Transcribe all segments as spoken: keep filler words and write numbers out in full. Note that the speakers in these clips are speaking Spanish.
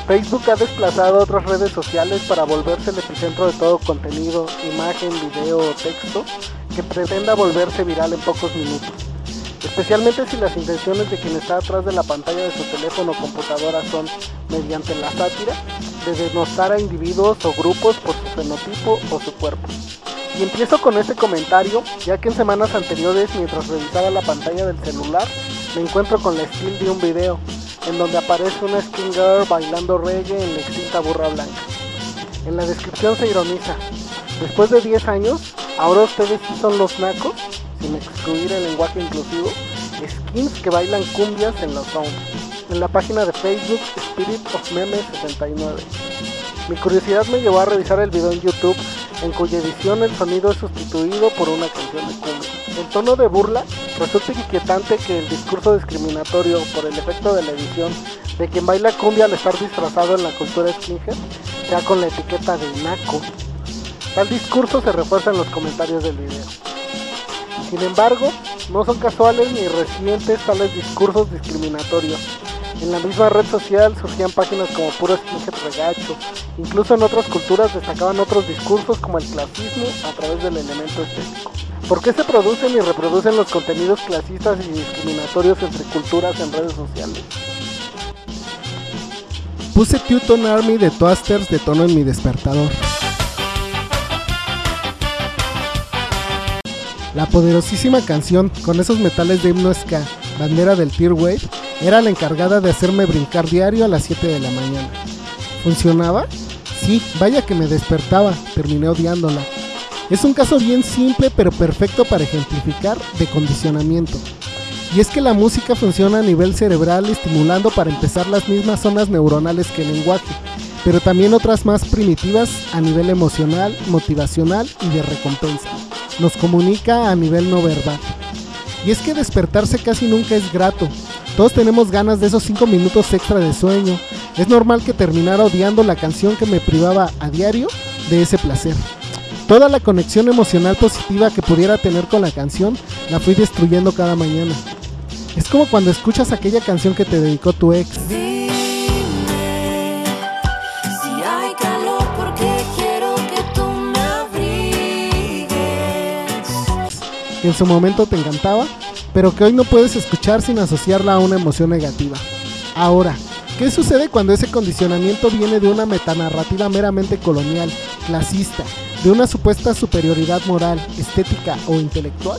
Facebook ha desplazado a otras redes sociales para volverse el epicentro de todo contenido, imagen, video o texto que pretenda volverse viral en pocos minutos, especialmente si las intenciones de quien está atrás de la pantalla de su teléfono o computadora son, mediante la sátira, de denostar a individuos o grupos por su fenotipo o su cuerpo. Y empiezo con este comentario, ya que en semanas anteriores, mientras revisaba la pantalla del celular, me encuentro con la still de un video, en donde aparece una skin girl bailando reggae en la extinta burra blanca. En la descripción se ironiza: después de diez años, ahora ustedes sí son los nacos, sin excluir el lenguaje inclusivo, skins que bailan cumbias en los sounds. En la página de Facebook Spirit of Meme sesenta y nueve. Mi curiosidad me llevó a revisar el video en YouTube, en cuya edición el sonido es sustituido por una canción de cumbia. En tono de burla, resulta inquietante que el discurso discriminatorio por el efecto de la edición de quien baila cumbia al estar disfrazado en la cultura skinhead sea con la etiqueta de naco. Tal discurso se refuerza en los comentarios del video. Sin embargo, no son casuales ni recientes tales discursos discriminatorios. En la misma red social surgían páginas como Puro Skinhead Regacho. Incluso en otras culturas destacaban otros discursos como el clasismo a través del elemento estético. ¿Por qué se producen y reproducen los contenidos clasistas y discriminatorios entre culturas en redes sociales? Puse Teuton Army de Toasters de tono en mi despertador. La poderosísima canción, con esos metales de himno ska, bandera del Tear Wave, era la encargada de hacerme brincar diario a las siete de la mañana. ¿Funcionaba? Sí, vaya que me despertaba, terminé odiándola. Es un caso bien simple pero perfecto para ejemplificar de condicionamiento. Y es que la música funciona a nivel cerebral, estimulando para empezar las mismas zonas neuronales que el lenguaje, pero también otras más primitivas a nivel emocional, motivacional y de recompensa. Nos comunica a nivel no verbal. Y es que despertarse casi nunca es grato. Todos tenemos ganas de esos cinco minutos extra de sueño. Es normal que terminara odiando la canción que me privaba a diario de ese placer. Toda la conexión emocional positiva que pudiera tener con la canción la fui destruyendo cada mañana. Es como cuando escuchas aquella canción que te dedicó tu ex. Que en su momento te encantaba, pero que hoy no puedes escuchar sin asociarla a una emoción negativa. Ahora, ¿qué sucede cuando ese condicionamiento viene de una metanarrativa meramente colonial, clasista, de una supuesta superioridad moral, estética o intelectual?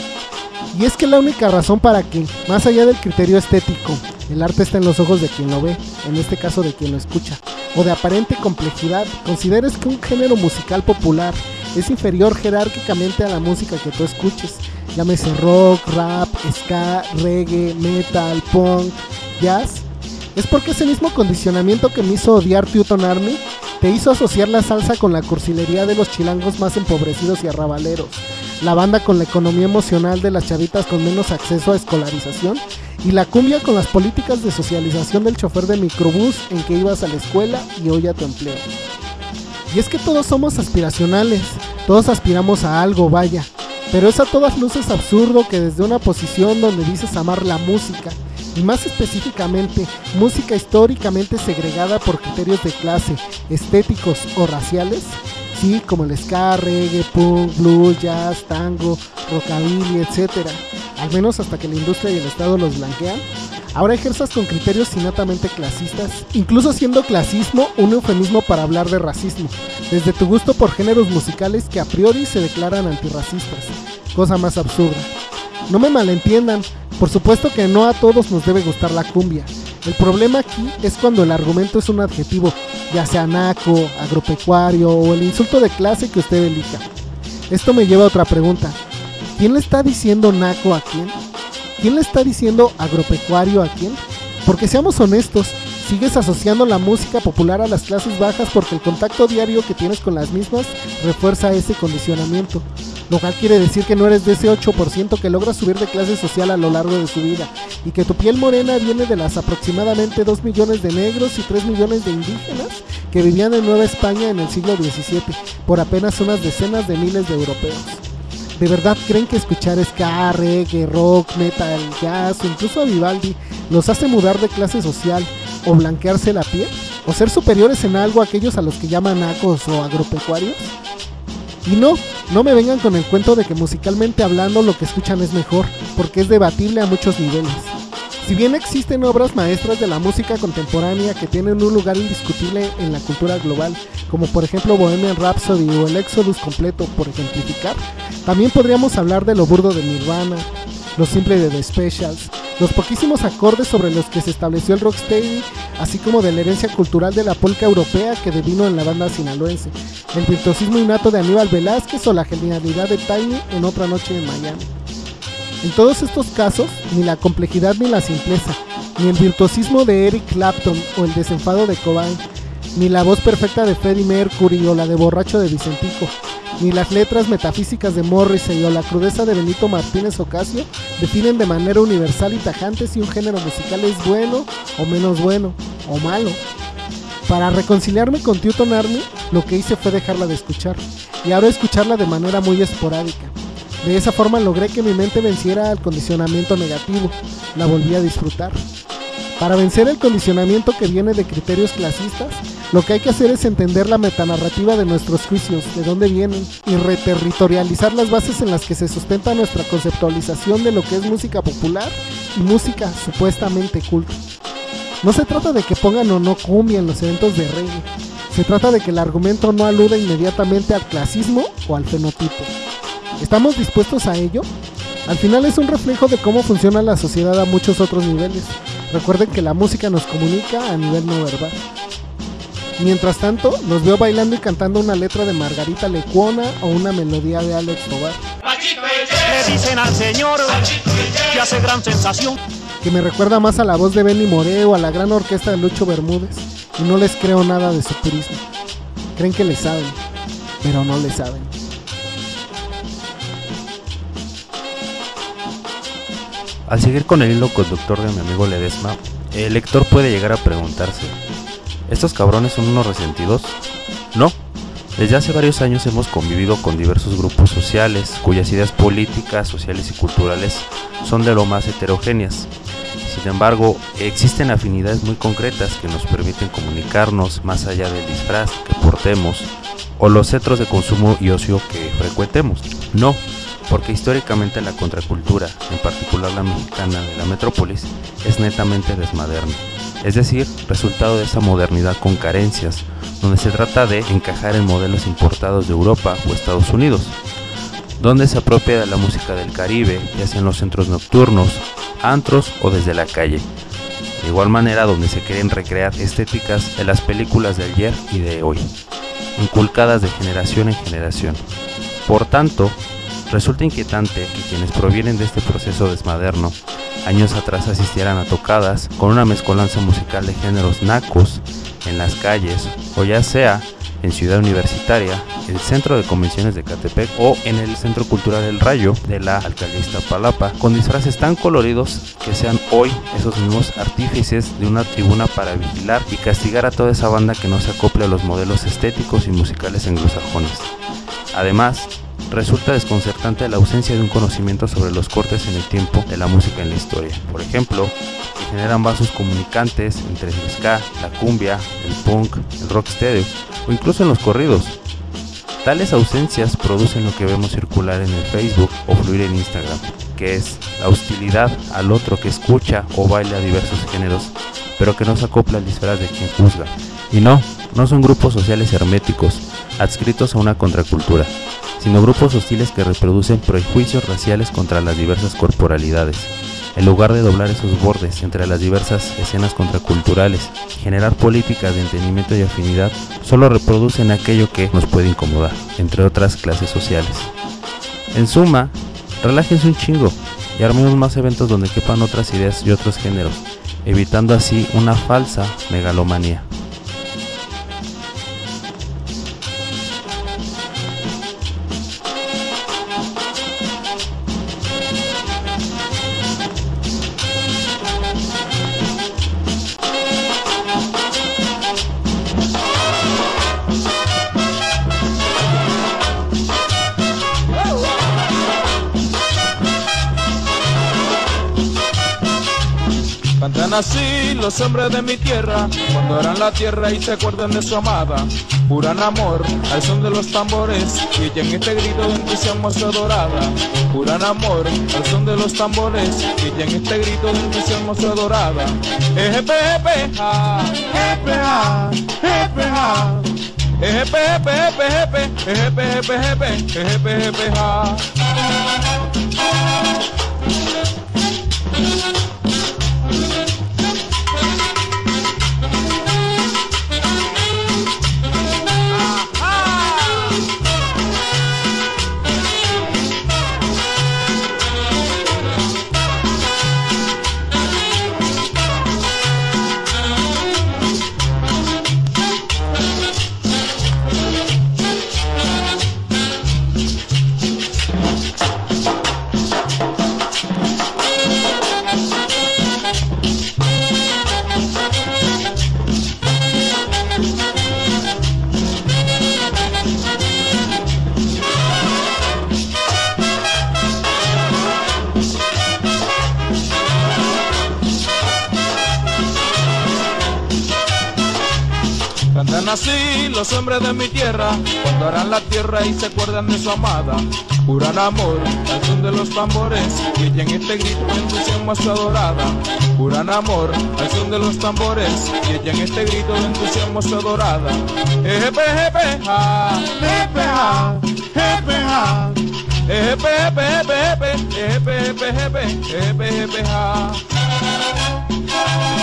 Y es que la única razón para que, más allá del criterio estético, el arte está en los ojos de quien lo ve, en este caso de quien lo escucha, o de aparente complejidad, consideres que un género musical popular es inferior jerárquicamente a la música que tú escuches, llámese rock, rap, ska, reggae, metal, punk, jazz, es porque ese mismo condicionamiento que me hizo odiar Teuton Army te hizo asociar la salsa con la cursilería de los chilangos más empobrecidos y arrabaleros, la banda con la economía emocional de las chavitas con menos acceso a escolarización, y la cumbia con las políticas de socialización del chofer de microbús en que ibas a la escuela y hoy a tu empleo. Y es que todos somos aspiracionales, todos aspiramos a algo, vaya, pero es a todas luces absurdo que desde una posición donde dices amar la música, y más específicamente, música históricamente segregada por criterios de clase, estéticos o raciales, sí, como el ska, reggae, punk, blues, jazz, tango, rockabilly, etcétera, al menos hasta que la industria y el Estado los blanquean, ahora ejerzas con criterios innatamente clasistas, incluso siendo clasismo un eufemismo para hablar de racismo, desde tu gusto por géneros musicales que a priori se declaran antirracistas, cosa más absurda. No me malentiendan, por supuesto que no a todos nos debe gustar la cumbia. El problema aquí es cuando el argumento es un adjetivo, ya sea naco, agropecuario o el insulto de clase que usted elija. Esto me lleva a otra pregunta. ¿Quién le está diciendo naco a quién? ¿Quién le está diciendo agropecuario a quién? Porque seamos honestos, sigues asociando la música popular a las clases bajas porque el contacto diario que tienes con las mismas refuerza ese condicionamiento, lo cual quiere decir que no eres de ese ocho por ciento que logra subir de clase social a lo largo de su vida, y que tu piel morena viene de las aproximadamente dos millones de negros y tres millones de indígenas que vivían en Nueva España en el siglo diecisiete, por apenas unas decenas de miles de europeos. ¿De verdad creen que escuchar ska, reggae, rock, metal, jazz o incluso a Vivaldi los hace mudar de clase social o blanquearse la piel? o ser superiores en algo a aquellos a los que llaman nacos o agropecuarios. Y no, no me vengan con el cuento de que musicalmente hablando lo que escuchan es mejor, porque es debatible a muchos niveles. Si bien existen obras maestras de la música contemporánea que tienen un lugar indiscutible en la cultura global, como por ejemplo Bohemian Rhapsody o el Exodus completo, por ejemplificar, también podríamos hablar de lo burdo de Nirvana, lo simple de The Specials, los poquísimos acordes sobre los que se estableció el rocksteady, así como de la herencia cultural de la polka europea que devino en la banda sinaloense, el virtuosismo innato de Aníbal Velázquez o la genialidad de Tiny en Otra Noche en Miami. En todos estos casos, ni la complejidad ni la simpleza, ni el virtuosismo de Eric Clapton o el desenfado de Cobain, ni la voz perfecta de Freddie Mercury o la de Borracho de Vicentico, ni las letras metafísicas de Morrissey o la crudeza de Benito Martínez Ocasio definen de manera universal y tajante si un género musical es bueno o menos bueno, o malo. Para reconciliarme con Teuton Army, lo que hice fue dejarla de escuchar, y ahora escucharla de manera muy esporádica. De esa forma logré que mi mente venciera al condicionamiento negativo, la volví a disfrutar. Para vencer el condicionamiento que viene de criterios clasistas, lo que hay que hacer es entender la metanarrativa de nuestros juicios, de dónde vienen, y reterritorializar las bases en las que se sustenta nuestra conceptualización de lo que es música popular y música supuestamente culta. No se trata de que pongan o no cumbia en los eventos de reggae, se trata de que el argumento no aluda inmediatamente al clasismo o al fenotipo. ¿Estamos dispuestos a ello? Al final es un reflejo de cómo funciona la sociedad a muchos otros niveles. Recuerden que la música nos comunica a nivel no verbal. Mientras tanto, los veo bailando y cantando una letra de Margarita Lecuona o una melodía de Alex Tovar. Le dicen al señor que hace gran sensación, Que me recuerda más a la voz de Benny Moré o a la gran orquesta de Lucho Bermúdez. Y no les creo nada de su purismo. Creen que le saben, pero no le saben. Al seguir con el hilo conductor de mi amigo Ledesma, el lector puede llegar a preguntarse: ¿estos cabrones son unos resentidos? No, desde hace varios años hemos convivido con diversos grupos sociales cuyas ideas políticas, sociales y culturales son de lo más heterogéneas. Sin embargo, existen afinidades muy concretas que nos permiten comunicarnos más allá del disfraz que portemos o los centros de consumo y ocio que frecuentemos. No, porque históricamente la contracultura, en particular la mexicana de la metrópolis, es netamente desmoderna, es decir, resultado de esa modernidad con carencias, donde se trata de encajar en modelos importados de Europa o Estados Unidos, donde se apropia de la música del Caribe, ya sea en los centros nocturnos, antros o desde la calle. De igual manera, donde se quieren recrear estéticas de las películas de ayer y de hoy, inculcadas de generación en generación. Por tanto, resulta inquietante que quienes provienen de este proceso desmoderno años atrás asistieran a tocadas con una mezcolanza musical de géneros nacos en las calles, o ya sea en Ciudad Universitaria, el Centro de Convenciones de Catepec o en el Centro Cultural El Rayo de la Alcaldía Iztapalapa, con disfraces tan coloridos que sean hoy esos mismos artífices de una tribuna para vigilar y castigar a toda esa banda que no se acople a los modelos estéticos y musicales anglosajones. Además, resulta desconcertante la ausencia de un conocimiento sobre los cortes en el tiempo de la música en la historia. Por ejemplo, que generan vasos comunicantes entre el ska, la cumbia, el punk, el rocksteady o incluso en los corridos. Tales ausencias producen lo que vemos circular en el Facebook o fluir en Instagram, que es la hostilidad al otro que escucha o baila diversos géneros, pero que no se acopla al disfraz de quien juzga. Y no, no son grupos sociales herméticos, adscritos a una contracultura, sino grupos hostiles que reproducen prejuicios raciales contra las diversas corporalidades. En lugar de doblar esos bordes entre las diversas escenas contraculturales y generar políticas de entendimiento y afinidad, solo reproducen aquello que nos puede incomodar, entre otras clases sociales. En suma, relájense un chingo y armemos más eventos donde quepan otras ideas y otros géneros, evitando así una falsa megalomanía. Cantan así los hombres de mi tierra, cuando harán la tierra y se acuerdan de su amada. Juran amor al son de los tambores, y ella en este grito de entusiasmo se adorada. Juran amor al son de los tambores, y ella en este grito de entusiasmo se adorada. Ejepe, ejepe, ja, ejepe, ja, ejepe, ja. Ejepe, ejepe, ejepe, ejepe, ejepe, ejepe, ejepe, ejepe, ja. Cantan así los hombres de mi tierra, cuando harán la tierra y se acuerdan de su amada. Juran amor al son de los tambores, y ella en este grito de entusiasmo a su adorada. Juran amor al son de los tambores, y ella en este grito de entusiasmo a su adorada. Ejepe, ejepe, ja, ejepe, ja, ejepe, ja. Ejepe, ejepe, ejepe, ejepe, ejepe, ejepe, ejepe, ejepe, ja.